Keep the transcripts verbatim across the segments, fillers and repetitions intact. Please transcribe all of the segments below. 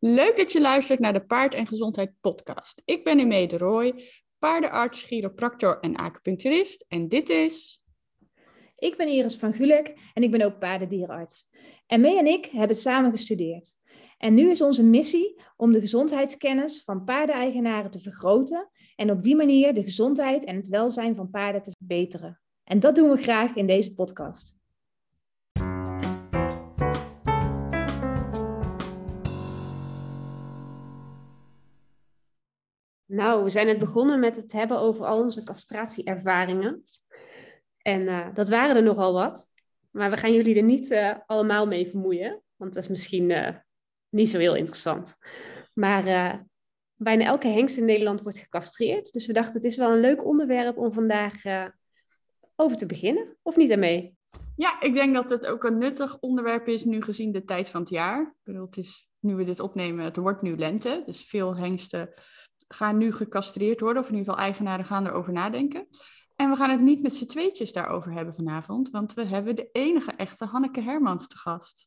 Leuk dat je luistert naar de Paard en Gezondheid podcast. Ik ben Imee de Rooij, paardenarts, chiropractor en acupuncturist. En dit is... Ik ben Iris van Gulik en ik ben ook paardendierenarts. En Mee en ik hebben samen gestudeerd. En nu is onze missie om de gezondheidskennis van paardeneigenaren te vergroten en op die manier de gezondheid en het welzijn van paarden te verbeteren. En dat doen we graag in deze podcast. Nou, we zijn net begonnen met het hebben over al onze castratieervaringen. En uh, dat waren er nogal wat. Maar we gaan jullie er niet uh, allemaal mee vermoeien. Want dat is misschien uh, niet zo heel interessant. Maar uh, bijna elke hengst in Nederland wordt gecastreerd. Dus we dachten, het is wel een leuk onderwerp om vandaag uh, over te beginnen. Of niet ermee? Ja, ik denk dat het ook een nuttig onderwerp is nu gezien de tijd van het jaar. Ik bedoel, het is, nu we dit opnemen, het wordt nu lente. Dus veel hengsten gaan nu gecastreerd worden. Of in ieder geval eigenaren gaan erover nadenken. En we gaan het niet met z'n tweetjes daarover hebben vanavond. Want we hebben de enige echte Hanneke Hermans te gast.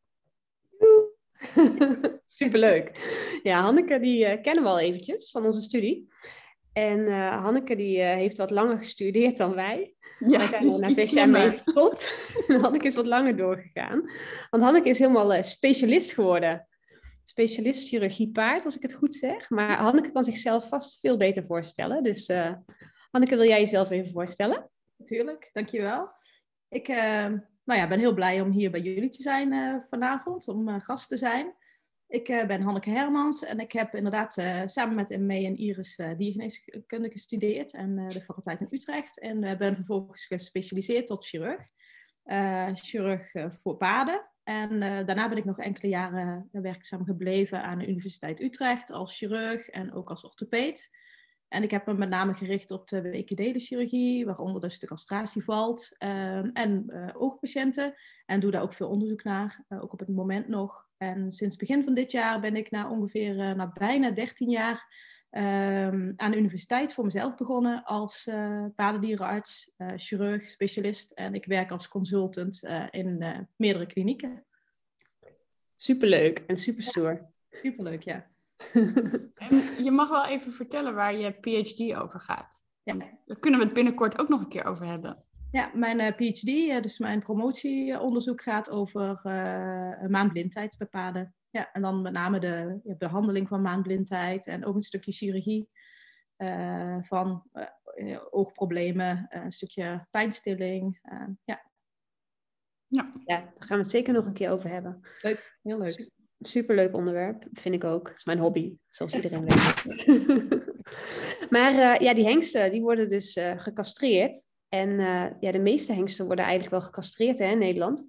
Superleuk. Ja, Hanneke die uh, kennen we al eventjes van onze studie. En uh, Hanneke die uh, heeft wat langer gestudeerd dan wij. Ja, wij zijn er na zes jaar mee gestopt. Hanneke is wat langer doorgegaan. Want Hanneke is helemaal uh, specialist geworden. Specialist chirurgie paard, als ik het goed zeg. Maar Hanneke kan zichzelf vast veel beter voorstellen. Dus uh, Hanneke, wil jij jezelf even voorstellen? Natuurlijk, dankjewel. Ik uh, nou ja, ben heel blij om hier bij jullie te zijn uh, vanavond, om uh, gast te zijn. Ik uh, ben Hanneke Hermans en ik heb inderdaad uh, samen met Imee en Iris uh, diergeneeskunde gestudeerd aan uh, de faculteit in Utrecht. En uh, ben vervolgens gespecialiseerd tot chirurg. Uh, chirurg uh, voor paarden. En uh, daarna ben ik nog enkele jaren uh, werkzaam gebleven aan de Universiteit Utrecht als chirurg en ook als orthopeed. En ik heb me met name gericht op de weekendelen-chirurgie, waaronder dus de castratie valt, uh, en uh, oogpatiënten. En doe daar ook veel onderzoek naar, uh, ook op het moment nog. En sinds begin van dit jaar ben ik na ongeveer uh, na bijna dertien jaar uh, aan de universiteit voor mezelf begonnen als uh, paardendierenarts, uh, chirurg, specialist. En ik werk als consultant uh, in uh, meerdere klinieken. Superleuk en superstoer. Ja, superleuk, ja. En je mag wel even vertellen waar je P H D over gaat. Ja. Daar kunnen we het binnenkort ook nog een keer over hebben. Ja, mijn uh, P H D, uh, dus mijn promotieonderzoek gaat over uh, maandblindheid bij paarden. Ja, en dan met name de ja, behandeling van maandblindheid en ook een stukje chirurgie uh, van uh, oogproblemen, uh, een stukje pijnstilling. Uh, ja. Ja. ja, daar gaan we het zeker nog een keer over hebben. Leuk, heel leuk. Superleuk onderwerp, vind ik ook. Dat is mijn hobby, zoals iedereen weet. Maar uh, ja, die hengsten, die worden dus uh, gecastreerd. En uh, ja, de meeste hengsten worden eigenlijk wel gecastreerd hè, in Nederland.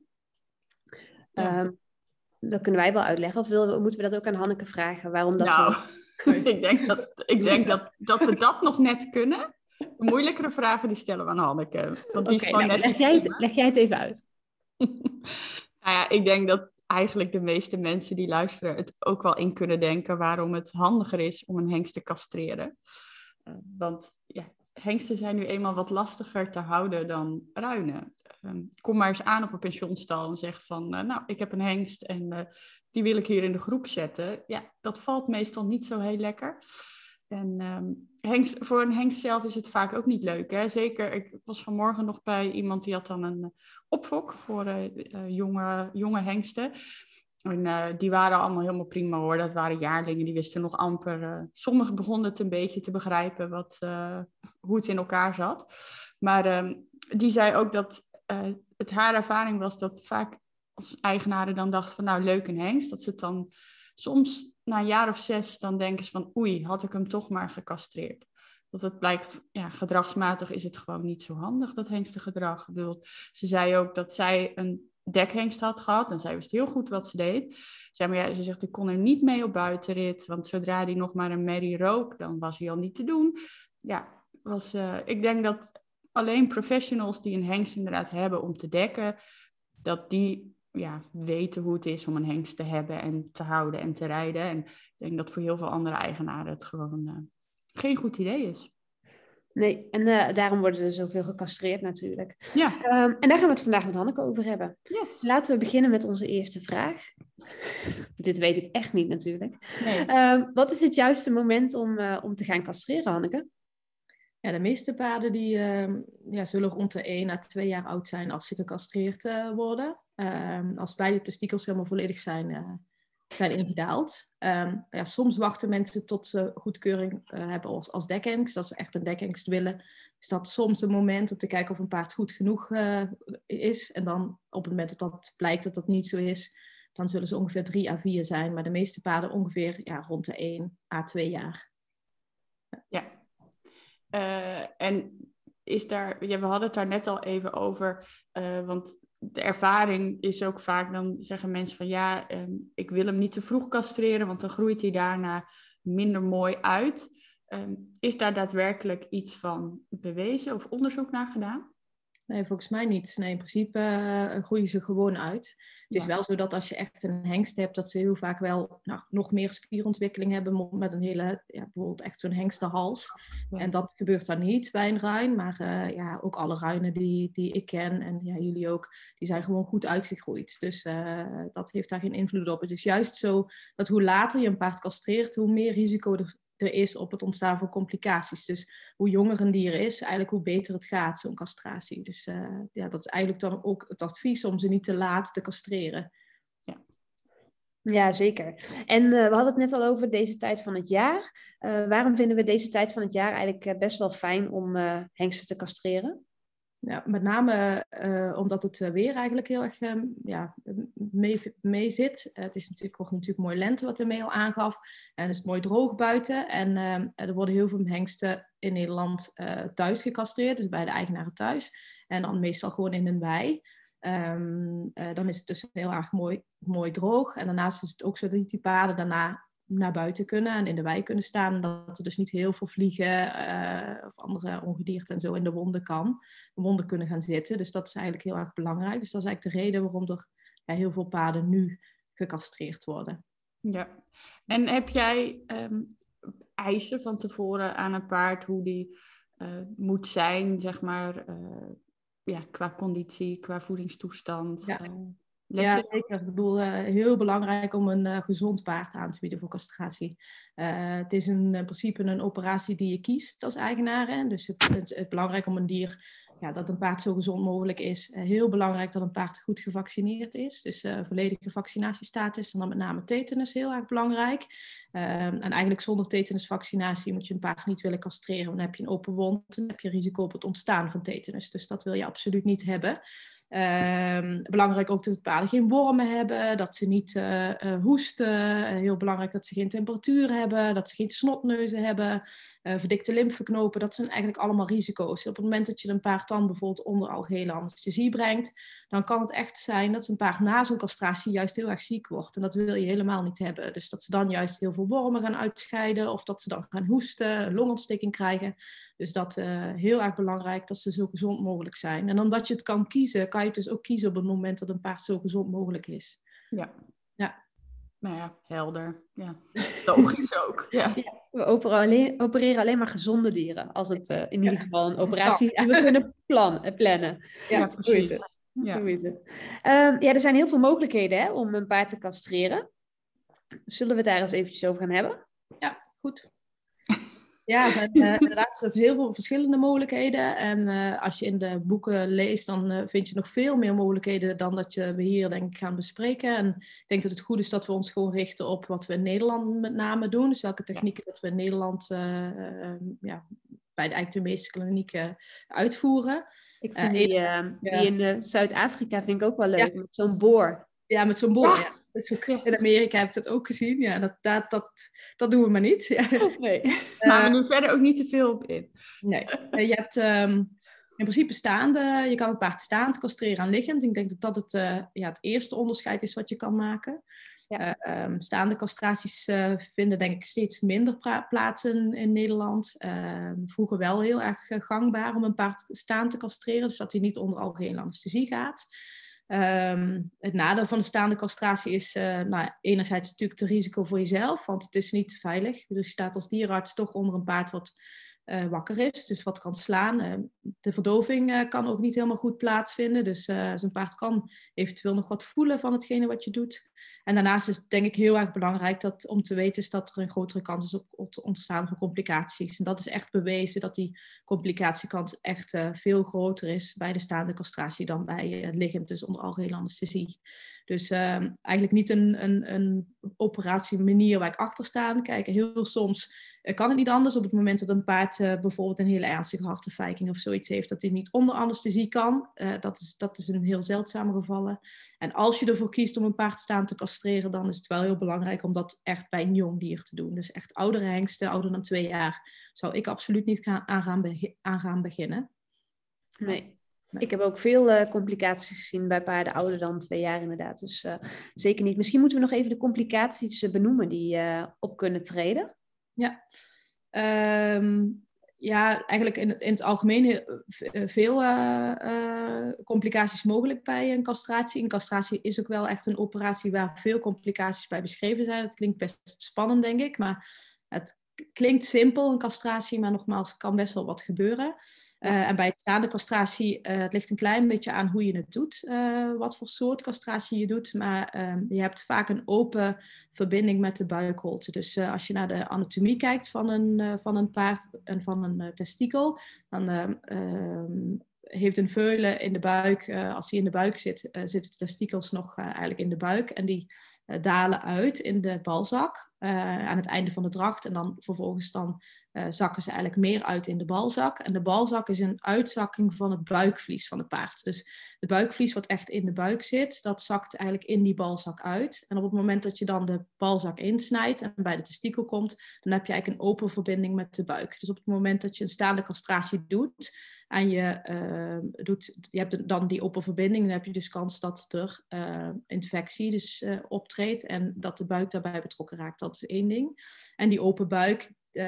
Ja. Um, dat kunnen wij wel uitleggen. Of wil, moeten we dat ook aan Hanneke vragen? Waarom dat nou, zo... ik denk, dat, ik denk dat, dat we dat nog net kunnen. De moeilijkere vragen die stellen we aan Hanneke. Want die okay, is gewoon nou, net leg, jij het, leg jij het even uit. Nou ja, ik denk dat eigenlijk de meeste mensen die luisteren het ook wel in kunnen denken waarom het handiger is om een hengst te castreren. Uh, want ja, hengsten zijn nu eenmaal wat lastiger te houden dan ruinen. Um, kom maar eens aan op een pensionstal en zeg van, uh, nou, ik heb een hengst en uh, die wil ik hier in de groep zetten. Ja, dat valt meestal niet zo heel lekker. En um, hengst, voor een hengst zelf is het vaak ook niet leuk. Hè? Zeker, ik was vanmorgen nog bij iemand die had dan een uh, opfok voor uh, uh, jonge, jonge hengsten. En uh, die waren allemaal helemaal prima hoor. Dat waren jaarlingen, die wisten nog amper. Uh, sommigen begonnen het een beetje te begrijpen wat, uh, hoe het in elkaar zat. Maar um, die zei ook dat uh, het haar ervaring was dat vaak als eigenaren dan dachten van nou leuk een hengst. Dat ze het dan soms na een jaar of zes dan denken ze van oei, had ik hem toch maar gecastreerd. Dat het blijkt, ja, gedragsmatig is het gewoon niet zo handig, dat hengstengedrag. Ik bedoel, ze zei ook dat zij een dekhengst had gehad en zij wist heel goed wat ze deed. Zei, maar ja, ze zegt, ik kon er niet mee op buitenrit, want zodra die nog maar een merrie rook, dan was hij al niet te doen. Ja, was, uh, ik denk dat alleen professionals die een hengst inderdaad hebben om te dekken, dat die ja, weten hoe het is om een hengst te hebben en te houden en te rijden. En ik denk dat voor heel veel andere eigenaren het gewoon uh, geen goed idee is. Nee, en uh, daarom worden er zoveel gecastreerd natuurlijk. Ja. Um, en daar gaan we het vandaag met Hanneke over hebben. Yes. Laten we beginnen met onze eerste vraag. dit weet ik echt niet natuurlijk. Nee. Uh, wat is het juiste moment om, uh, om te gaan castreren, Hanneke? Ja, de meeste paarden die, uh, ja, zullen rond de één à twee jaar oud zijn als ze gecastreerd uh, worden. Uh, als beide testikels helemaal volledig zijn, uh, zijn ingedaald. Um, ja, soms wachten mensen tot ze goedkeuring uh, hebben als, als dekhengst. Dat ze echt een dekhengst willen. Is dat soms een moment om te kijken of een paard goed genoeg uh, is. En dan op het moment dat dat blijkt dat dat niet zo is, dan zullen ze ongeveer drie à vier zijn. Maar de meeste paarden ongeveer ja, rond de één à twee jaar. Ja. Uh, en is daar, ja, we hadden het daar net al even over, uh, want de ervaring is ook vaak, dan zeggen mensen van ja, um, ik wil hem niet te vroeg castreren, want dan groeit hij daarna minder mooi uit. Um, is daar daadwerkelijk iets van bewezen of onderzoek naar gedaan? Nee, volgens mij niet. Nee, in principe uh, groeien ze gewoon uit. Het is Ja. wel zo dat als je echt een hengst hebt, dat ze heel vaak wel nou, nog meer spierontwikkeling hebben met een hele, ja, bijvoorbeeld echt zo'n hengstenhals. Ja. En dat gebeurt dan niet bij een ruin, maar uh, ja, ook alle ruinen die, die ik ken en ja, jullie ook, die zijn gewoon goed uitgegroeid. Dus uh, dat heeft daar geen invloed op. Het is juist zo dat hoe later je een paard castreert, hoe meer risico er er is op het ontstaan van complicaties. Dus hoe jonger een dier is, eigenlijk hoe beter het gaat, zo'n castratie. Dus uh, ja, dat is eigenlijk dan ook het advies om ze niet te laat te castreren. Ja, ja zeker. En uh, we hadden het net al over deze tijd van het jaar. Uh, waarom vinden we deze tijd van het jaar eigenlijk uh, best wel fijn om uh, hengsten te castreren? Ja, met name uh, omdat het uh, weer eigenlijk heel erg uh, ja, mee, mee zit. Uh, het is natuurlijk, wordt natuurlijk mooi lente wat ermee al aangaf. En het is mooi droog buiten. En uh, er worden heel veel hengsten in Nederland uh, thuis gecastreerd. Dus bij de eigenaren thuis. En dan meestal gewoon in een wei. Um, uh, dan is het dus heel erg mooi, mooi droog. En daarnaast is het ook zo dat die paarden daarna naar buiten kunnen en in de wei kunnen staan. Dat er dus niet heel veel vliegen uh, of andere ongedierte en zo in de wonden kan. De wonden kunnen gaan zitten. Dus dat is eigenlijk heel erg belangrijk. Dus dat is eigenlijk de reden waarom er ja, heel veel paarden nu gecastreerd worden. Ja. En heb jij um, eisen van tevoren aan een paard hoe die uh, moet zijn, zeg maar, uh, ja, qua conditie, qua voedingstoestand? Ja. Uh, Ja, zeker. Ik bedoel, uh, heel belangrijk om een uh, gezond paard aan te bieden voor castratie. Uh, het is een, in principe een operatie die je kiest als eigenaar. Hè? Dus het, het is belangrijk om een dier, ja, dat een paard zo gezond mogelijk is. Uh, heel belangrijk dat een paard goed gevaccineerd is. Dus uh, volledige vaccinatiestatus en dan met name tetanus heel erg belangrijk. Uh, en eigenlijk zonder tetanusvaccinatie moet je een paard niet willen castreren. Dan heb je een open wond, dan heb je risico op het ontstaan van tetanus. Dus dat wil je absoluut niet hebben. Um, belangrijk ook dat de paarden geen wormen hebben, dat ze niet uh, uh, hoesten. Uh, heel belangrijk dat ze geen temperatuur hebben, dat ze geen snotneuzen hebben, uh, verdikte lymfeknopen. Dat zijn eigenlijk allemaal risico's. Op het moment dat je een paard dan bijvoorbeeld onder algehele anesthesie brengt, dan kan het echt zijn dat een paard na zo'n castratie juist heel erg ziek wordt. En dat wil je helemaal niet hebben. Dus dat ze dan juist heel veel wormen gaan uitscheiden of dat ze dan gaan hoesten, een longontsteking krijgen. Dus dat is uh, heel erg belangrijk dat ze zo gezond mogelijk zijn. En omdat je het kan kiezen, kan je het dus ook kiezen op het moment dat een paard zo gezond mogelijk is. Ja. Ja. Nou ja, helder. Ja. Logisch ook. Ja. Ja, we opereren alleen, opereren alleen maar gezonde dieren. Als het uh, in ieder geval een operatie is ja. die we kunnen plan, plannen. Ja, ja, zo is het. Ja. Zo is het. Um, ja, er zijn heel veel mogelijkheden hè, om een paard te castreren. Zullen we het daar eens eventjes over gaan hebben? Ja, goed. Ja, er zijn uh, inderdaad heel veel verschillende mogelijkheden. En uh, als je in de boeken leest, dan uh, vind je nog veel meer mogelijkheden dan dat je, we hier denk ik gaan bespreken. En ik denk dat het goed is dat we ons gewoon richten op wat we in Nederland met name doen. Dus welke technieken ja. dat we in Nederland uh, uh, ja, bij de, eigenlijk de meeste klinieken uitvoeren. Ik vind uh, die, uh, ja. die in uh, Zuid-Afrika vind ik ook wel leuk, ja. met zo'n boor. Ja, met zo'n boor, ja. ja. Dus in Amerika heb ik dat ook gezien. Ja, dat, dat, dat, dat doen we maar niet. Ja. Nee, maar uh, we doen verder ook niet te veel op in. Nee, je hebt um, in principe staande, je kan het paard staand castreren aan liggend. Ik denk dat dat het, uh, ja, het eerste onderscheid is wat je kan maken. Ja. Uh, um, staande castraties uh, vinden denk ik steeds minder pra- plaats in, in Nederland. Uh, vroeger wel heel erg uh, gangbaar om een paard staand te castreren, dus dat hij niet onder algehele anesthesie gaat. Um, het nadeel van de staande castratie is uh, nou, enerzijds natuurlijk het risico voor jezelf, want het is niet veilig. Dus je staat als dierenarts toch onder een paard wat uh, wakker is, dus wat kan slaan. Uh, de verdoving uh, kan ook niet helemaal goed plaatsvinden, dus uh, zijn paard kan eventueel nog wat voelen van hetgene wat je doet. En daarnaast is het denk ik heel erg belangrijk dat, om te weten is dat er een grotere kans is op, op het ontstaan van complicaties. En dat is echt bewezen dat die complicatiekans echt uh, veel groter is bij de staande castratie dan bij uh, liggend, dus onder algehele anesthesie. Dus uh, eigenlijk niet een, een, een operatiemanier waar ik achter sta. Kijk, heel soms uh, kan het niet anders. Op het moment dat een paard uh, bijvoorbeeld een hele ernstige hartafwijking of zoiets heeft, dat hij niet onder anesthesie kan. Uh, dat, is, dat is een heel zeldzame gevallen. En als je ervoor kiest om een paard staan te castreren, dan is het wel heel belangrijk om dat echt bij een jong dier te doen. Dus echt oudere hengsten, ouder dan twee jaar, zou ik absoluut niet gaan, aan, gaan be- aan gaan beginnen. Nee. Ik heb ook veel uh, complicaties gezien bij paarden ouder dan twee jaar inderdaad. Dus uh, zeker niet. Misschien moeten we nog even de complicaties uh, benoemen die uh, op kunnen treden. Ja, um, ja eigenlijk in, in het algemeen veel uh, uh, complicaties mogelijk bij een castratie. Een castratie is ook wel echt een operatie waar veel complicaties bij beschreven zijn. Het klinkt best spannend, denk ik, maar het klinkt simpel, een castratie, maar nogmaals, kan best wel wat gebeuren. Uh, en bij de staande castratie, uh, het ligt een klein beetje aan hoe je het doet, uh, wat voor soort castratie je doet. Maar um, je hebt vaak een open verbinding met de buikholte. Dus uh, als je naar de anatomie kijkt van een, uh, van een paard en van een uh, testikel, dan uh, um, heeft een veulen in de buik, uh, als hij in de buik zit, uh, zitten de testikels nog uh, eigenlijk in de buik. En die uh, dalen uit in de balzak uh, aan het einde van de dracht. En dan vervolgens dan Uh, zakken ze eigenlijk meer uit in de balzak. En de balzak is een uitzakking van het buikvlies van het paard. Dus het buikvlies wat echt in de buik zit, dat zakt eigenlijk in die balzak uit. En op het moment dat je dan de balzak insnijdt en bij de testikel komt, dan heb je eigenlijk een open verbinding met de buik. Dus op het moment dat je een staande castratie doet en je, uh, doet, je hebt dan die open verbinding, dan heb je dus kans dat er uh, infectie dus, uh, optreedt en dat de buik daarbij betrokken raakt. Dat is één ding. En die open buik,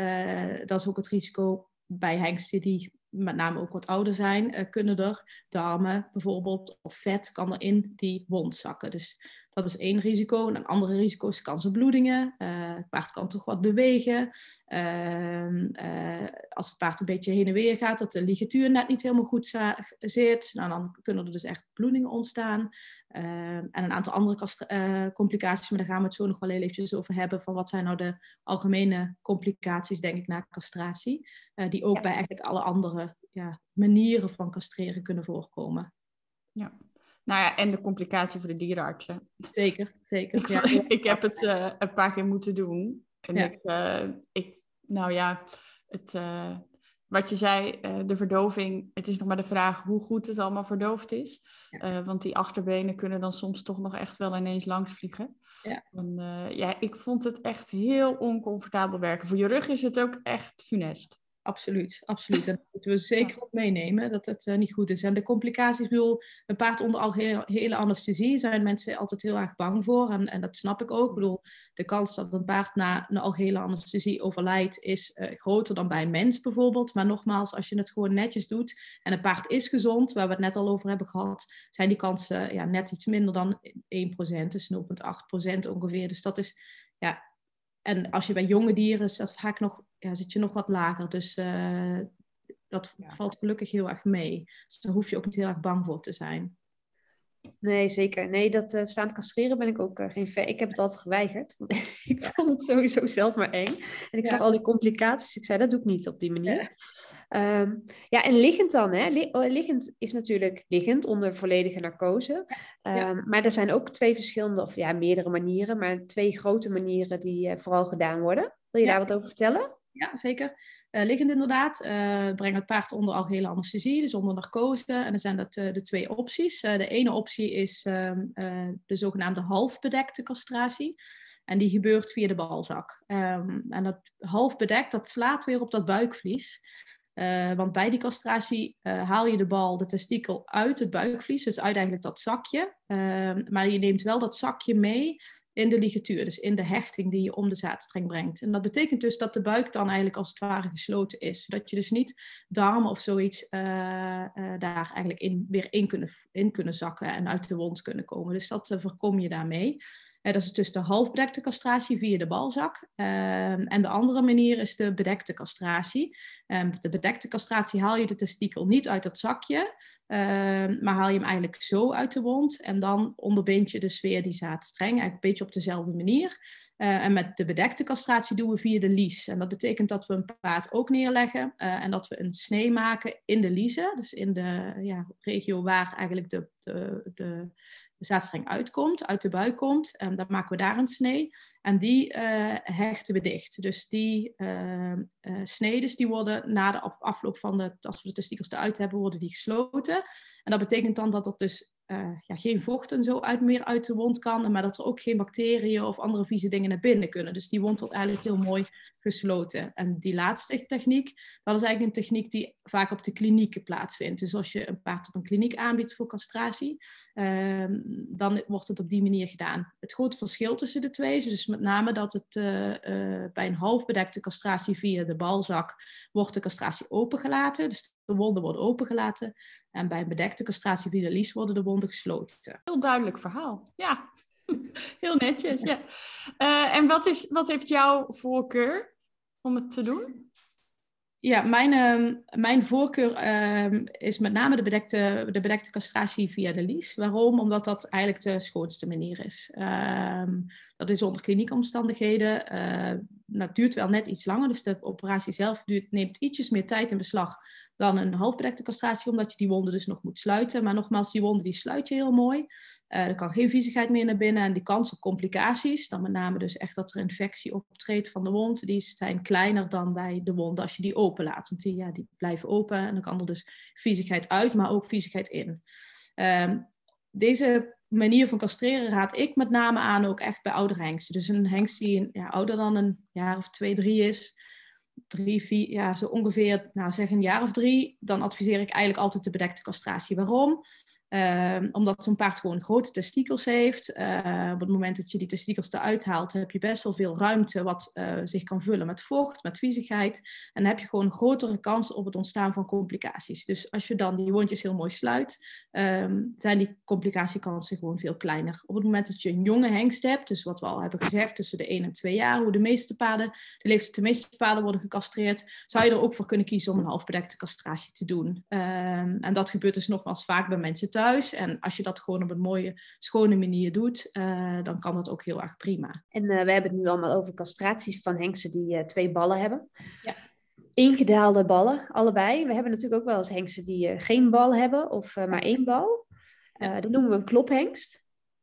Uh, dat is ook het risico bij hengsten die met name ook wat ouder zijn, uh, kunnen er darmen bijvoorbeeld of vet kan er in die wond zakken. Dus dat is één risico. En een andere risico is kans op bloedingen. Uh, het paard kan toch wat bewegen. Uh, uh, als het paard een beetje heen en weer gaat, dat de ligatuur net niet helemaal goed za- zit, nou, dan kunnen er dus echt bloedingen ontstaan. Uh, en een aantal andere kastra- uh, complicaties, maar daar gaan we het zo nog wel heel eventjes over hebben, van wat zijn nou de algemene complicaties, denk ik, na castratie, uh, die ook ja. bij eigenlijk alle andere ja, manieren van castreren kunnen voorkomen. Ja. Nou ja, en de complicatie voor de dierenartsen. Zeker, zeker. Ik, ja. ik heb het uh, een paar keer moeten doen. En ja. ik, uh, ik, nou ja, het, uh, wat je zei, uh, de verdoving, het is nog maar de vraag hoe goed het allemaal verdoofd is. Ja. Uh, want die achterbenen kunnen dan soms toch nog echt wel ineens langs vliegen. Ja. En, uh, ja, ik vond het echt heel oncomfortabel werken. Voor je rug is het ook echt funest. Absoluut, absoluut. En dat moeten we zeker ook meenemen, dat het uh, niet goed is. En de complicaties, ik bedoel, een paard onder algehele anesthesie zijn mensen altijd heel erg bang voor. En, en dat snap ik ook. Ik bedoel, de kans dat een paard na een algehele anesthesie overlijdt is uh, groter dan bij een mens bijvoorbeeld. Maar nogmaals, als je het gewoon netjes doet en een paard is gezond, waar we het net al over hebben gehad, zijn die kansen ja, net iets minder dan één procent, dus nul komma acht procent ongeveer. Dus dat is, ja, en als je bij jonge dieren is dat vaak nog, ja, zit je nog wat lager. Dus uh, dat ja. valt gelukkig heel erg mee. Dus daar hoef je ook niet heel erg bang voor te zijn. Nee, zeker. Nee, dat uh, staand castreren ben ik ook uh, geen fan. Ik heb het altijd geweigerd. ik ja. vond het sowieso zelf maar eng. En ik ja. zag al die complicaties. Ik zei, dat doe ik niet op die manier. Ja, um, ja en liggend dan. Hè? Liggend is natuurlijk liggend onder volledige narcose. Um, ja. Maar er zijn ook twee verschillende, of ja, meerdere manieren. Maar twee grote manieren die uh, vooral gedaan worden. Wil je ja. daar wat over vertellen? Ja, zeker. Uh, liggend inderdaad, uh, breng het paard onder algehele anesthesie, dus onder narcose. En dan zijn dat uh, de twee opties. Uh, de ene optie is um, uh, de zogenaamde halfbedekte castratie. En die gebeurt via de balzak. Um, en dat halfbedekt, dat slaat weer op dat buikvlies. Uh, want bij die castratie uh, haal je de bal, de testikel, uit het buikvlies. Dus uit eigenlijk dat zakje. Uh, maar je neemt wel dat zakje mee in de ligatuur, dus in de hechting die je om de zaadstreng brengt. En dat betekent dus dat de buik dan eigenlijk als het ware gesloten is. Zodat je dus niet darmen of zoiets uh, uh, daar eigenlijk in, weer in kunnen, in kunnen zakken en uit de wond kunnen komen. Dus dat uh, voorkom je daarmee. Uh, dat is dus de halfbedekte castratie via de balzak. Uh, en de andere manier is de bedekte castratie. Uh, de bedekte castratie haal je de testikel niet uit dat zakje, uh, maar haal je hem eigenlijk zo uit de wond. En dan onderbind je dus weer die zaadstreng, eigenlijk een beetje op dezelfde manier. Uh, en met de bedekte castratie doen we via de lies. En dat betekent dat we een paard ook neerleggen uh, en dat we een snee maken in de liezen. Dus in de ja, regio waar eigenlijk de, de, de, de zaadstreng uitkomt, uit de buik komt. En dan maken we daar een snee. En die uh, hechten we dicht. Dus die uh, uh, snedes die worden na de afloop van de, als we de testikels eruit hebben, worden die gesloten. En dat betekent dan dat er dus Uh, ja, geen vocht en zo uit, meer uit de wond kan, maar dat er ook geen bacteriën of andere vieze dingen naar binnen kunnen. Dus die wond wordt eigenlijk heel mooi gesloten. En die laatste techniek, dat is eigenlijk een techniek die vaak op de klinieken plaatsvindt. Dus als je een paard op een kliniek aanbiedt voor castratie, uh, dan wordt het op die manier gedaan. Het grote verschil tussen de twee is dus met name dat het uh, uh, bij een halfbedekte castratie via de balzak wordt de castratie opengelaten. Dus de wonden worden opengelaten. En bij een bedekte castratie via de lies worden de wonden gesloten. Heel duidelijk verhaal. Ja, heel netjes. Ja. Uh, en wat, is, wat heeft jouw voorkeur om het te doen? Ja, mijn, uh, mijn voorkeur uh, is met name de bedekte, de bedekte castratie via de lies. Waarom? Omdat dat eigenlijk de schoonste manier is. Uh, dat is onder kliniekomstandigheden. Uh, dat duurt wel net iets langer, dus de operatie zelf duurt, neemt ietsjes meer tijd in beslag dan een halfbedekte castratie, omdat je die wonden dus nog moet sluiten. Maar nogmaals, die wonden die sluit je heel mooi. Uh, er kan geen viezigheid meer naar binnen en die kans op complicaties, dan met name dus echt dat er infectie optreedt van de wond, die zijn kleiner dan bij de wonden als je die openlaat. Want die, ja, die blijven open en dan kan er dus viezigheid uit, maar ook viezigheid in. Uh, deze manier van castreren raad ik met name aan ook echt bij oudere hengsten. Dus een hengst die ja, ouder dan een jaar of twee, drie is, drie, vier, ja, zo ongeveer, nou zeg een jaar of drie, dan adviseer ik eigenlijk altijd de bedekte castratie. Waarom? Uh, omdat zo'n paard gewoon grote testikels heeft. Uh, op het moment dat je die testikels eruit haalt, heb je best wel veel ruimte wat uh, zich kan vullen met vocht, met viezigheid. En dan heb je gewoon een grotere kans op het ontstaan van complicaties. Dus als je dan die wondjes heel mooi sluit, um, zijn die complicatiekansen gewoon veel kleiner. Op het moment dat je een jonge hengst hebt, dus wat we al hebben gezegd, tussen de één en twee jaar, hoe de meeste paarden, de leeftijd de meeste paarden worden gecastreerd, zou je er ook voor kunnen kiezen om een halfbedekte castratie te doen. Um, en dat gebeurt dus nogmaals vaak bij mensen thuis. En als je dat gewoon op een mooie, schone manier doet, uh, dan kan dat ook heel erg prima. En uh, we hebben het nu allemaal over castraties van hengsten die uh, twee ballen hebben. Ja. Ingedaalde ballen, allebei. We hebben natuurlijk ook wel eens hengsten die uh, geen bal hebben of uh, maar één bal. Uh, dat noemen we een klophengst.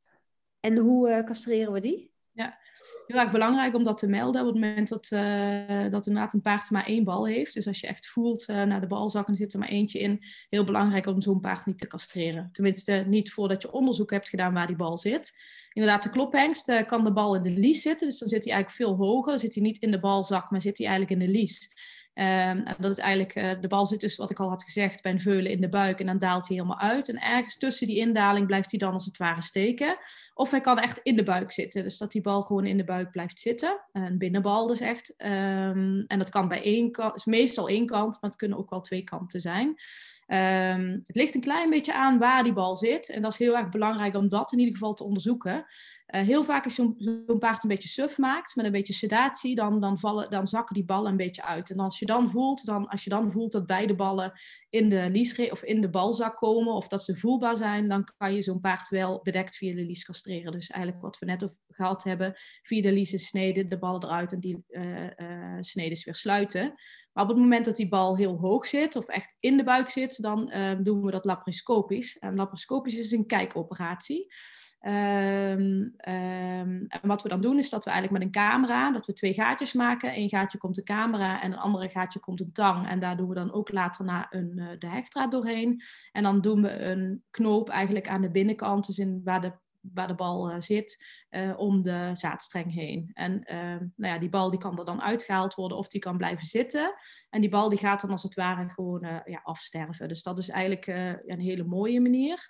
En hoe uh, castreren we die? Ja. Heel erg belangrijk om dat te melden op het moment dat, uh, dat inderdaad een paard maar één bal heeft. Dus als je echt voelt uh, naar de balzak en er zit er maar eentje in, heel belangrijk om zo'n paard niet te castreren. Tenminste niet voordat je onderzoek hebt gedaan waar die bal zit. Inderdaad, de klophengst uh, kan de bal in de lies zitten, dus dan zit hij eigenlijk veel hoger. Dan zit hij niet in de balzak, maar zit hij eigenlijk in de lies. Um, dat is eigenlijk, uh, de bal zit dus, wat ik al had gezegd, bij een veulen in de buik en dan daalt hij helemaal uit. En ergens tussen die indaling blijft hij dan als het ware steken. Of hij kan echt in de buik zitten, dus dat die bal gewoon in de buik blijft zitten. Een binnenbal dus echt. Um, en dat kan bij één kant, is meestal één kant, maar het kunnen ook wel twee kanten zijn. Um, het ligt een klein beetje aan waar die bal zit. En dat is heel erg belangrijk om dat in ieder geval te onderzoeken. Uh, heel vaak als je zo'n paard een beetje suf maakt, met een beetje sedatie, dan, dan, vallen, dan zakken die ballen een beetje uit. En als je dan voelt, dan, als je dan voelt dat beide ballen in de lies of in de balzak komen, of dat ze voelbaar zijn, dan kan je zo'n paard wel bedekt via de lies castreren. Dus eigenlijk wat we net over gehad hebben, via de lies sneden, de ballen eruit en die uh, uh, snedes weer sluiten. Maar op het moment dat die bal heel hoog zit of echt in de buik zit, dan uh, doen we dat laparoscopisch. En laparoscopisch is een kijkoperatie. Um, um, en wat we dan doen is dat we eigenlijk met een camera, dat we twee gaatjes maken. Eén gaatje komt de camera en een andere gaatje komt een tang. En daar doen we dan ook later na een, uh, de hechtdraad doorheen. En dan doen we een knoop eigenlijk aan de binnenkant, dus in waar de waar de bal uh, zit, uh, om de zaadstreng heen. En uh, nou ja, die bal die kan er dan uitgehaald worden of die kan blijven zitten. En die bal die gaat dan als het ware gewoon uh, ja, afsterven. Dus dat is eigenlijk uh, een hele mooie manier.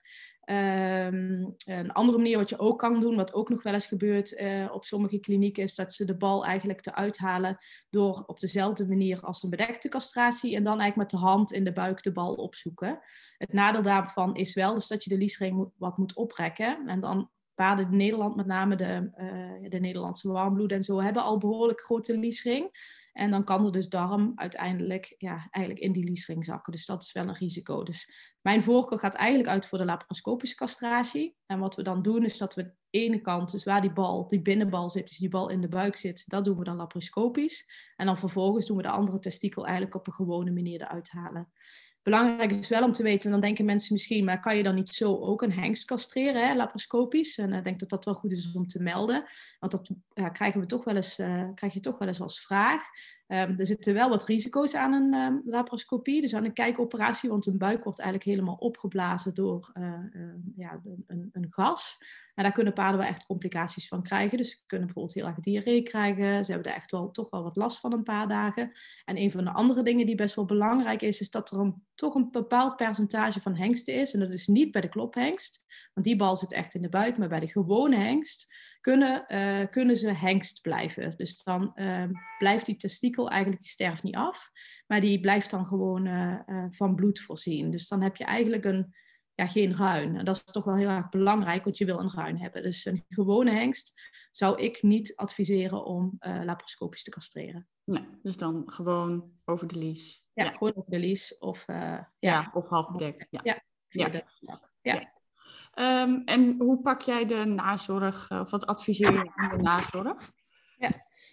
Um, een andere manier wat je ook kan doen, wat ook nog wel eens gebeurt uh, op sommige klinieken, is dat ze de bal eigenlijk eruit halen door op dezelfde manier als een bedekte castratie en dan eigenlijk met de hand in de buik de bal opzoeken. Het nadeel daarvan is wel dus dat je de liesring moet, wat moet oprekken en dan paarden in Nederland, met name de, uh, de Nederlandse warmbloed en zo, hebben al behoorlijk grote liesring. En dan kan er dus darm uiteindelijk ja, eigenlijk in die liesring zakken. Dus dat is wel een risico. Dus mijn voorkeur gaat eigenlijk uit voor de laparoscopische castratie. En wat we dan doen is dat we de ene kant, dus waar die bal, die binnenbal zit, dus die bal in de buik zit, dat doen we dan laparoscopisch. En dan vervolgens doen we de andere testikel eigenlijk op een gewone manier eruit halen. Belangrijk is wel om te weten, dan denken mensen misschien, maar kan je dan niet zo ook een hengst castreren, hè, laparoscopisch? En ik denk dat dat wel goed is om te melden, want dat ja, krijgen we toch wel eens, uh, krijg je toch wel eens als vraag. Um, er zitten wel wat risico's aan een um, laparoscopie, dus aan een kijkoperatie, want een buik wordt eigenlijk helemaal opgeblazen door uh, uh, ja, een, een gas. En daar kunnen paarden wel echt complicaties van krijgen. Dus ze kunnen bijvoorbeeld heel erg diarree krijgen. Ze hebben er echt wel, toch wel wat last van een paar dagen. En een van de andere dingen die best wel belangrijk is, is dat er een, toch een bepaald percentage van hengsten is. En dat is niet bij de klophengst, want die bal zit echt in de buik. Maar bij de gewone hengst kunnen, uh, kunnen ze hengst blijven. Dus dan uh, blijft die testikel eigenlijk, die sterft niet af. Maar die blijft dan gewoon uh, uh, van bloed voorzien. Dus dan heb je eigenlijk een... Ja, geen ruin. En dat is toch wel heel erg belangrijk, want je wil een ruin hebben. Dus een gewone hengst zou ik niet adviseren om uh, laparoscopisch te castreren. Nee, dus dan gewoon over de lies. Ja, ja. gewoon over de lies. Of, uh, ja. ja, of half bedekt. Ja, ja, ja. De ja. ja. Um, en hoe pak jij de nazorg, of wat adviseer je aan de nazorg? Ja.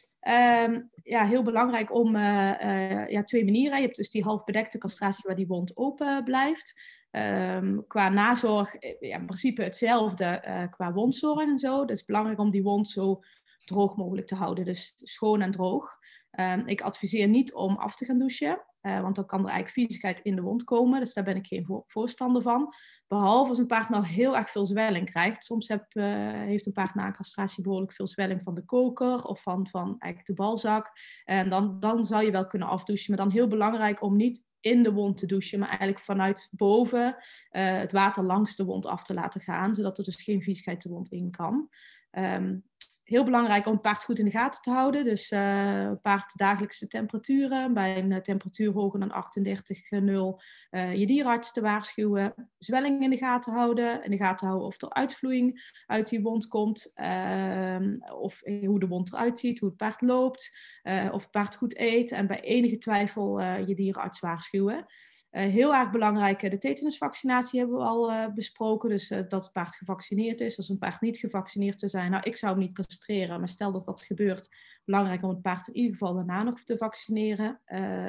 Um, ja, heel belangrijk om uh, uh, ja, twee manieren. Je hebt dus die half bedekte castratie waar die wond open blijft. Um, qua nazorg, ja, in principe hetzelfde uh, qua wondzorg en zo. Het is belangrijk om die wond zo droog mogelijk te houden. Dus schoon en droog. Um, ik adviseer niet om af te gaan douchen. Uh, want dan kan er eigenlijk viezigheid in de wond komen. Dus daar ben ik geen voor- voorstander van. Behalve als een paard nou heel erg veel zwelling krijgt. Soms heb, uh, heeft een paard na een castratie behoorlijk veel zwelling van de koker. Of van, van eigenlijk de balzak. En dan, dan zou je wel kunnen afdouchen. Maar dan heel belangrijk om niet in de wond te douchen, maar eigenlijk vanuit boven uh, het water langs de wond af te laten gaan, zodat er dus geen viezigheid de wond in kan. Um, heel belangrijk om het paard goed in de gaten te houden. Dus uh, paard dagelijkse temperaturen. Bij een uh, temperatuur hoger dan achtendertig komma nul uh, je dierenarts te waarschuwen. Zwelling in de gaten houden. In de gaten houden of er uitvloeiing uit die wond komt. Uh, of hoe de wond eruit ziet. Hoe het paard loopt. Uh, of het paard goed eet. En bij enige twijfel uh, je dierenarts waarschuwen. Uh, heel erg belangrijk, de tetanusvaccinatie hebben we al uh, besproken. Dus uh, dat het paard gevaccineerd is. Als een paard niet gevaccineerd te zijn, nou, ik zou hem niet castreren. Maar stel dat dat gebeurt, belangrijk om het paard in ieder geval daarna nog te vaccineren.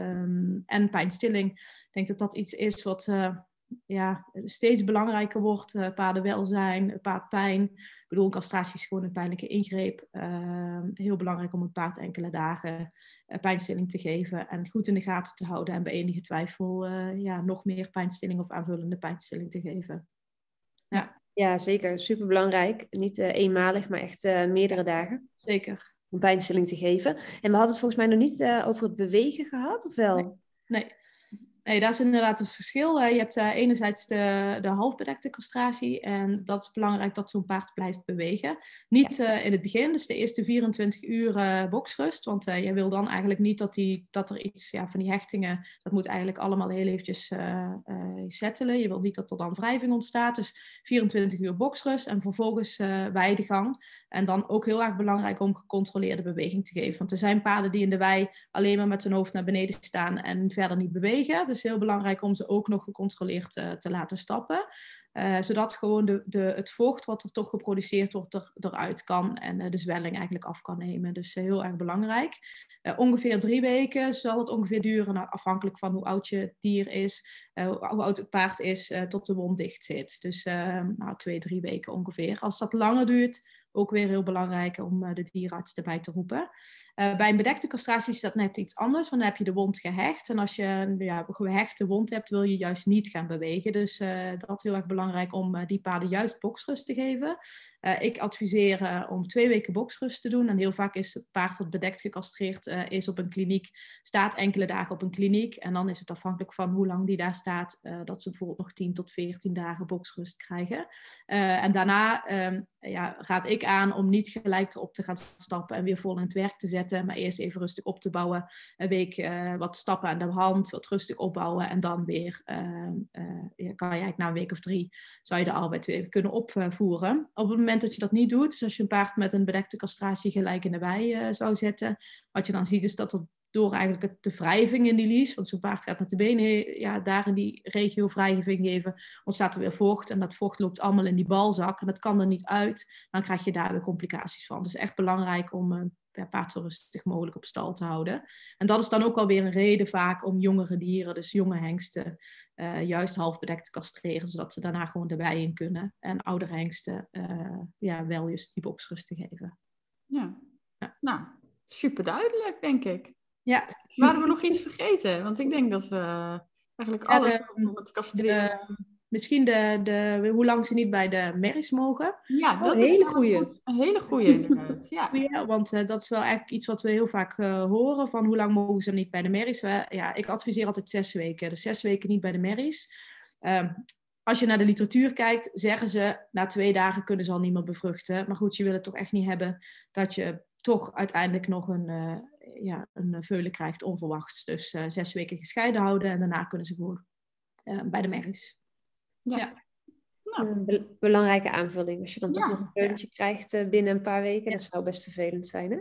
Um, en pijnstilling. Ik denk dat dat iets is wat uh, ja, steeds belangrijker wordt. Uh, paardenwelzijn, paardpijn. Ik bedoel, castratie is gewoon een pijnlijke ingreep. Uh, heel belangrijk om het paard enkele dagen uh, pijnstilling te geven en goed in de gaten te houden. En bij enige twijfel uh, ja, nog meer pijnstilling of aanvullende pijnstilling te geven. Ja, ja zeker. Superbelangrijk. Niet uh, eenmalig, maar echt uh, meerdere dagen. Zeker. Om pijnstilling te geven. En we hadden het volgens mij nog niet uh, over het bewegen gehad, of wel? Nee. nee. Nee, dat is inderdaad het verschil. Je hebt uh, enerzijds de, de halfbedekte castratie en dat is belangrijk dat zo'n paard blijft bewegen. Niet uh, in het begin, dus de eerste vierentwintig uur uh, boksrust, want uh, je wil dan eigenlijk niet dat, die, dat er iets ja, van die hechtingen, dat moet eigenlijk allemaal heel eventjes uh, uh, settelen. Je wil niet dat er dan wrijving ontstaat, dus vierentwintig uur boksrust en vervolgens uh, weidegang. En dan ook heel erg belangrijk om gecontroleerde beweging te geven, want er zijn paarden die in de wei alleen maar met hun hoofd naar beneden staan en verder niet bewegen. Dus heel belangrijk om ze ook nog gecontroleerd uh, te laten stappen. Uh, zodat gewoon de, de, het vocht wat er toch geproduceerd wordt er, eruit kan. En uh, de zwelling eigenlijk af kan nemen. Dus uh, heel erg belangrijk. Uh, ongeveer drie weken zal het ongeveer duren. Nou, afhankelijk van hoe oud je dier is. Uh, hoe oud het paard is. Uh, tot de wond dicht zit. Dus uh, nou, twee, drie weken ongeveer. Als dat langer duurt. Ook weer heel belangrijk om uh, de dierenarts erbij te roepen. Uh, bij een bedekte castratie is dat net iets anders. Want dan heb je de wond gehecht. En als je een ja, gehechte wond hebt, wil je juist niet gaan bewegen. Dus uh, dat is heel erg belangrijk om uh, die paarden juist boksrust te geven. Uh, ik adviseer uh, om twee weken boksrust te doen. En heel vaak is het paard wat bedekt gecastreerd uh, is op een kliniek. Staat enkele dagen op een kliniek. En dan is het afhankelijk van hoe lang die daar staat. Uh, dat ze bijvoorbeeld nog tien tot veertien dagen boksrust krijgen. Uh, en daarna um, ja, raad ik week aan om niet gelijk erop te gaan stappen en weer vol in het werk te zetten. Maar eerst even rustig op te bouwen. Een week uh, wat stappen aan de hand, wat rustig opbouwen. En dan weer, uh, uh, ja, kan je eigenlijk na een week of drie, zou je de arbeid weer kunnen opvoeren. Op het moment dat je dat niet doet, dus als je een paard met een bedekte castratie gelijk in de wei uh, zou zetten, wat je dan ziet is dat er door eigenlijk de wrijving in die lies, want zo'n paard gaat met de benen ja, daar in die regio wrijving geven, ontstaat er weer vocht en dat vocht loopt allemaal in die balzak en dat kan er niet uit. Dan krijg je daar weer complicaties van. Dus echt belangrijk om uh, per paard zo rustig mogelijk op stal te houden. En dat is dan ook alweer een reden vaak om jongere dieren, dus jonge hengsten, uh, juist half bedekt te castreren, zodat ze daarna gewoon erbij in kunnen. En oudere hengsten uh, ja, wel juist die boxrust te geven. Ja, ja. Nou, super duidelijk, denk ik. Ja. Waren we nog iets vergeten? Want ik denk dat we eigenlijk ja, alles de, om het castreren... De, misschien de, de, hoe lang ze niet bij de merries mogen. Ja, dat oh, is hele wel goeie. Goed, een hele goeie inderdaad. Ja. Ja, want uh, dat is wel eigenlijk iets wat we heel vaak uh, horen, van hoe lang mogen ze niet bij de merries. Uh, ja, ik adviseer altijd zes weken. Dus zes weken niet bij de merries. Uh, als je naar de literatuur kijkt, zeggen ze, na twee dagen kunnen ze al niet meer bevruchten. Maar goed, je wil het toch echt niet hebben dat je toch uiteindelijk nog een, uh, ja, een veulen krijgt onverwachts. Dus uh, zes weken gescheiden houden en daarna kunnen ze gewoon uh, bij de merries. Ja. ja. Nou. Een be- belangrijke aanvulling. Als je dan toch ja. nog een veulentje ja. krijgt uh, binnen een paar weken, ja. dat zou best vervelend zijn, hè?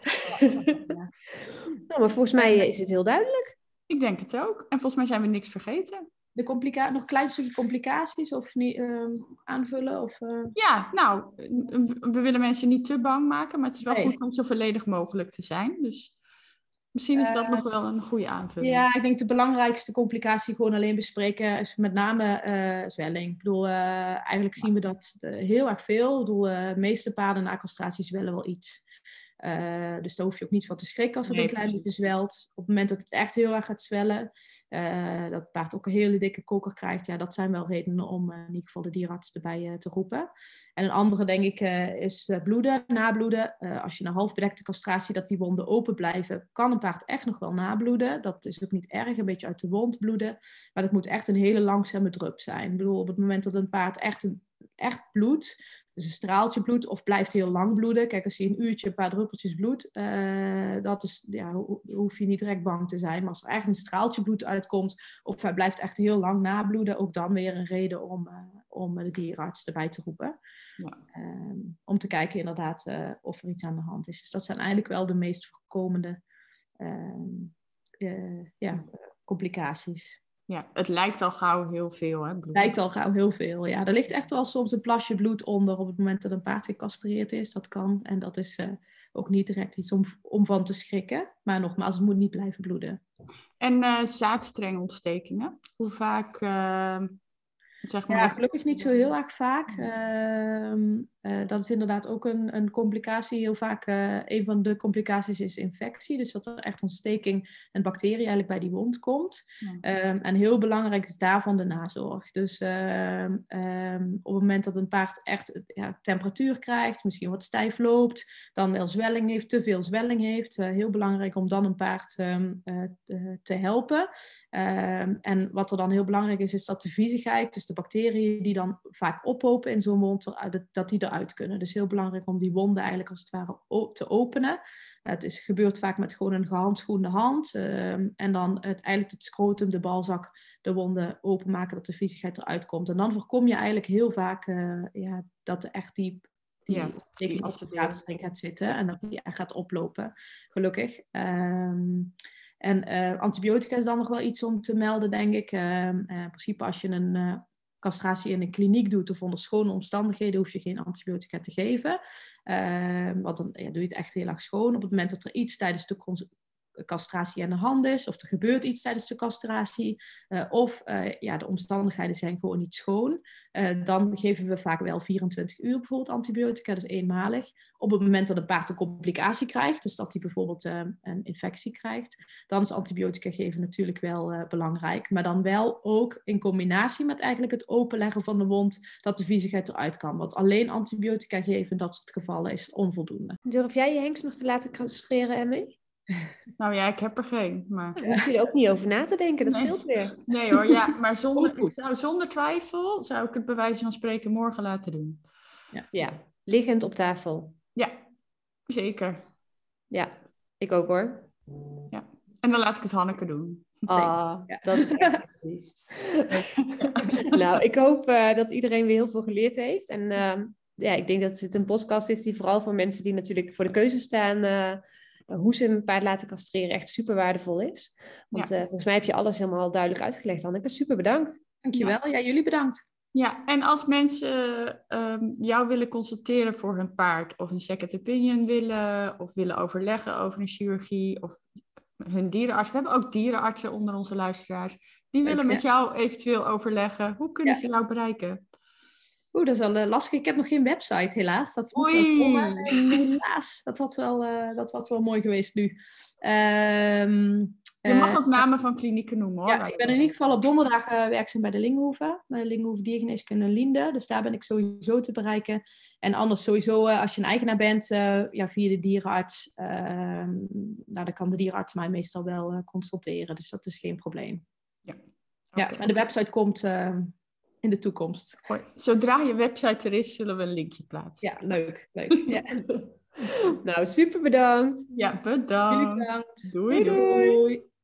Ja. Nou, maar volgens mij is het heel duidelijk. Ik denk het ook. En volgens mij zijn we niks vergeten. De complica- nog een klein stukje complicaties of niet, uh, aanvullen? Of, uh... Ja, nou, we willen mensen niet te bang maken, maar het is wel nee. goed om zo volledig mogelijk te zijn. Dus misschien is dat uh, nog wel een goede aanvulling. Ja, ik denk de belangrijkste complicatie gewoon alleen bespreken is met name uh, zwelling. Ik bedoel, uh, eigenlijk zien we dat uh, heel erg veel. Ik bedoel, uh, de meeste paarden na castratie zwellen wel iets. Uh, dus daar hoef je ook niet van te schrikken als het nee, een klein beetje zwelt. Op het moment dat het echt heel erg gaat zwellen, uh, dat het paard ook een hele dikke koker krijgt, ja, dat zijn wel redenen om uh, in ieder geval de dierenarts erbij uh, te roepen. En een andere, denk ik, uh, is uh, bloeden, nabloeden. Uh, als je een half bedekte castratie, dat die wonden open blijven, kan een paard echt nog wel nabloeden. Dat is ook niet erg, een beetje uit de wond bloeden. Maar dat moet echt een hele langzame drup zijn. Ik bedoel, op het moment dat een paard echt, een, echt bloedt, dus een straaltje bloed of blijft heel lang bloeden. Kijk, als je een uurtje een paar druppeltjes bloed, uh, dat is, ja, ho- hoef je niet direct bang te zijn. Maar als er echt een straaltje bloed uitkomt, of hij blijft echt heel lang nabloeden, ook dan weer een reden om, uh, om de dierenarts erbij te roepen. Ja. Um, om te kijken inderdaad uh, of er iets aan de hand is. Dus dat zijn eigenlijk wel de meest voorkomende uh, uh, ja, complicaties. Ja, het lijkt al gauw heel veel, hè? Het lijkt al gauw heel veel, ja. Er ligt echt wel soms een plasje bloed onder op het moment dat een paard gecastreerd is. Dat kan. En dat is uh, ook niet direct iets om, om van te schrikken. Maar nogmaals, het moet niet blijven bloeden. En uh, zaadstrengontstekingen? Hoe vaak... Uh, zeg maar ja, gelukkig niet zo heel erg vaak. Uh, uh, dat is inderdaad ook een, een complicatie. Heel vaak, uh, een van de complicaties is infectie. Dus dat er echt ontsteking en bacterie eigenlijk bij die wond komt. Ja. Um, en heel belangrijk is daarvan de nazorg. Dus uh, um, op het moment dat een paard echt ja, temperatuur krijgt, misschien wat stijf loopt, dan wel zwelling heeft, te veel zwelling heeft. Uh, heel belangrijk om dan een paard um, uh, te, te helpen. Um, en wat er dan heel belangrijk is, is dat de viezigheid, dus de bacteriën die dan vaak ophopen in zo'n wond, dat die eruit kunnen. Dus heel belangrijk om die wonden eigenlijk als het ware te openen. Het is, gebeurt vaak met gewoon een gehandschoende hand. Um, en dan het, eigenlijk het scrotum, de balzak, de wonden openmaken, dat de viezigheid eruit komt. En dan voorkom je eigenlijk heel vaak uh, ja, dat er echt die... die ja, die als de zaadstreng gaat zitten en dat die gaat oplopen, gelukkig. Um, En uh, antibiotica is dan nog wel iets om te melden, denk ik. Uh, uh, in principe als je een uh, castratie in een kliniek doet of onder schone omstandigheden, hoef je geen antibiotica te geven. Uh, want dan ja, doe je het echt heel erg schoon. Op het moment dat er iets tijdens de cons- castratie aan de hand is, of er gebeurt iets tijdens de castratie, uh, of uh, ja, de omstandigheden zijn gewoon niet schoon, uh, dan geven we vaak wel vierentwintig uur bijvoorbeeld antibiotica, dus eenmalig. Op het moment dat een paard een complicatie krijgt, dus dat hij bijvoorbeeld uh, een infectie krijgt, dan is antibiotica geven natuurlijk wel uh, belangrijk, maar dan wel ook in combinatie met eigenlijk het openleggen van de wond, dat de viezigheid eruit kan. Want alleen antibiotica geven in dat soort gevallen is onvoldoende. Durf jij je hengst nog te laten castreren, Emmy? Nou ja, ik heb er geen. Maar... Daar hoef je er ook niet over na te denken, dat nee. scheelt weer. Nee hoor, ja, maar zonder, ik zou, zonder twijfel zou ik het bij wijze van spreken morgen laten doen. Ja, ja. liggend op tafel. Ja, zeker. Ja, ik ook hoor. Ja. En dan laat ik het Hanneke doen. Ah, Ja. dat is echt lief. Nou, ik hoop uh, dat iedereen weer heel veel geleerd heeft. En uh, ja, ik denk dat het een podcast is die vooral voor mensen die natuurlijk voor de keuze staan, uh, hoe ze een paard laten castreren, echt super waardevol is. Want ja. uh, volgens mij heb je alles helemaal duidelijk uitgelegd, Hanneke. Super bedankt. Dankjewel. Ja, ja jullie bedankt. Ja, en als mensen uh, jou willen consulteren voor hun paard of een second opinion willen of willen overleggen over een chirurgie of hun dierenarts. We hebben ook dierenartsen onder onze luisteraars. Die willen Leuk, met ja. jou eventueel overleggen. Hoe kunnen ja. ze jou bereiken? Oeh, dat is wel uh, lastig. Ik heb nog geen website, helaas. Dat moet wel volgen. Helaas. Dat had wel, uh, dat was wel mooi geweest nu. Um, Je mag ook namen van klinieken noemen, hoor. Ja, ik ben in ieder geval op donderdag uh, werkzaam bij de Lingenhoeve. Bij de Lingenhoeve Diergeneeskunde in Linde. Dus daar ben ik sowieso te bereiken. En anders sowieso, uh, als je een eigenaar bent, uh, ja, via de dierenarts. Uh, nou, dan kan de dierenarts mij meestal wel uh, consulteren. Dus dat is geen probleem. Ja, okay. Ja, en de website komt uh, in de toekomst. Hoi. Zodra je website er is, zullen we een linkje plaatsen. Ja, leuk. leuk. Ja. Nou, super bedankt. Ja, bedankt. Jullie bedankt. Doei, doei. doei. doei.